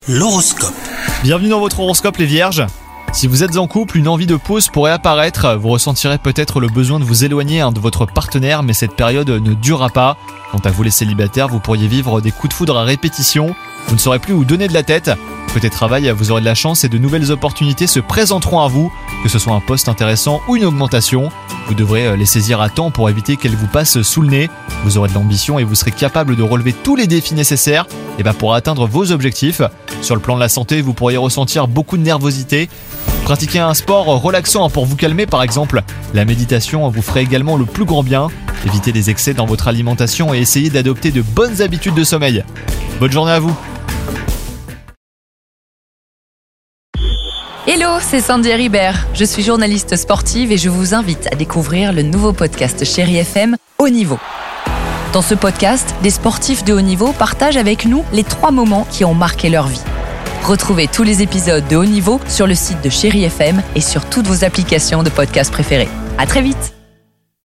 L'horoscope. Bienvenue dans votre horoscope les vierges. Si vous êtes en couple, une envie de pause pourrait apparaître. Vous ressentirez peut-être le besoin de vous éloigner de votre partenaire, mais cette période ne durera pas. Quant à vous les célibataires, vous pourriez vivre des coups de foudre à répétition. Vous ne saurez plus où donner de la tête. Côté travail, vous aurez de la chance et de nouvelles opportunités se présenteront à vous, que ce soit un poste intéressant ou une augmentation. Vous devrez les saisir à temps pour éviter qu'elles vous passent sous le nez. Vous aurez de l'ambition et vous serez capable de relever tous les défis nécessaires pour atteindre vos objectifs. Sur le plan de la santé, vous pourriez ressentir beaucoup de nervosité. Pratiquez un sport relaxant pour vous calmer, par exemple. La méditation vous ferait également le plus grand bien. Évitez les excès dans votre alimentation et essayez d'adopter de bonnes habitudes de sommeil. Bonne journée à vous. Hello, c'est Sandy Ribert. Je suis journaliste sportive et je vous invite à découvrir le nouveau podcast Chéri FM, Haut Niveau. Dans ce podcast, des sportifs de haut niveau partagent avec nous les 3 moments qui ont marqué leur vie. Retrouvez tous les épisodes de Haut Niveau sur le site de Chéri FM et sur toutes vos applications de podcast préférées. À très vite.